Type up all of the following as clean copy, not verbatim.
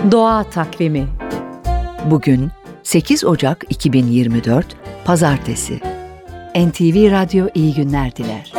Doğa Takvimi. Bugün 8 Ocak 2024 Pazartesi. NTV Radyo iyi günler diler.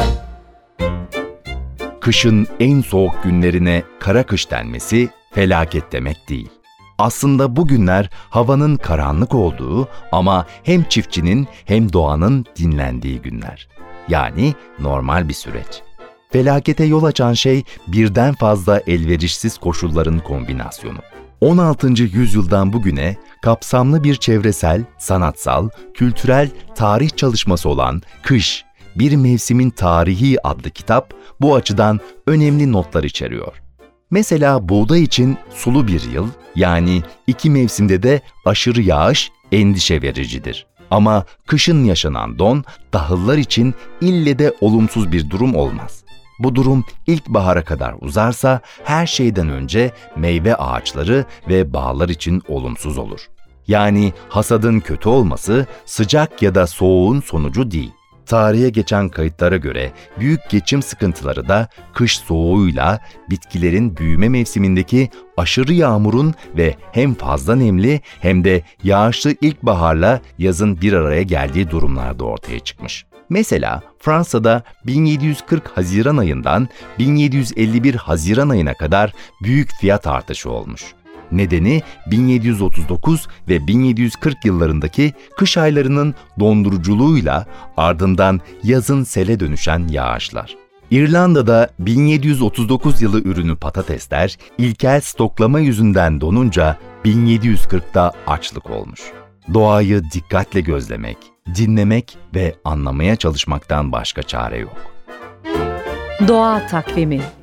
Kışın en soğuk günlerine kara kış denmesi felaket demek değil. Aslında bu günler havanın karanlık olduğu ama hem çiftçinin hem doğanın dinlendiği günler. Yani normal bir süreç. Felakete yol açan şey birden fazla elverişsiz koşulların kombinasyonu. 16. yüzyıldan bugüne kapsamlı bir çevresel, sanatsal, kültürel tarih çalışması olan Kış, Bir Mevsimin Tarihi adlı kitap bu açıdan önemli notlar içeriyor. Mesela buğday için sulu bir yıl, yani 2 mevsimde de aşırı yağış endişe vericidir. Ama kışın yaşanan don, tahıllar için ille de olumsuz bir durum olmaz. Bu durum ilkbahara kadar uzarsa her şeyden önce meyve ağaçları ve bağlar için olumsuz olur. Yani hasadın kötü olması sıcak ya da soğuğun sonucu değil. Tarihe geçen kayıtlara göre büyük geçim sıkıntıları da kış soğuğuyla bitkilerin büyüme mevsimindeki aşırı yağmurun ve hem fazla nemli hem de yağışlı ilkbaharla yazın bir araya geldiği durumlarda ortaya çıkmış. Mesela Fransa'da 1740 Haziran ayından 1751 Haziran ayına kadar büyük fiyat artışı olmuş. Nedeni 1739 ve 1740 yıllarındaki kış aylarının donduruculuğuyla ardından yazın sele dönüşen yağışlar. İrlanda'da 1739 yılı ürünü patatesler ilkel stoklama yüzünden donunca 1740'da açlık olmuş. Doğayı dikkatle gözlemek, dinlemek ve anlamaya çalışmaktan başka çare yok. Doğa Takvimi.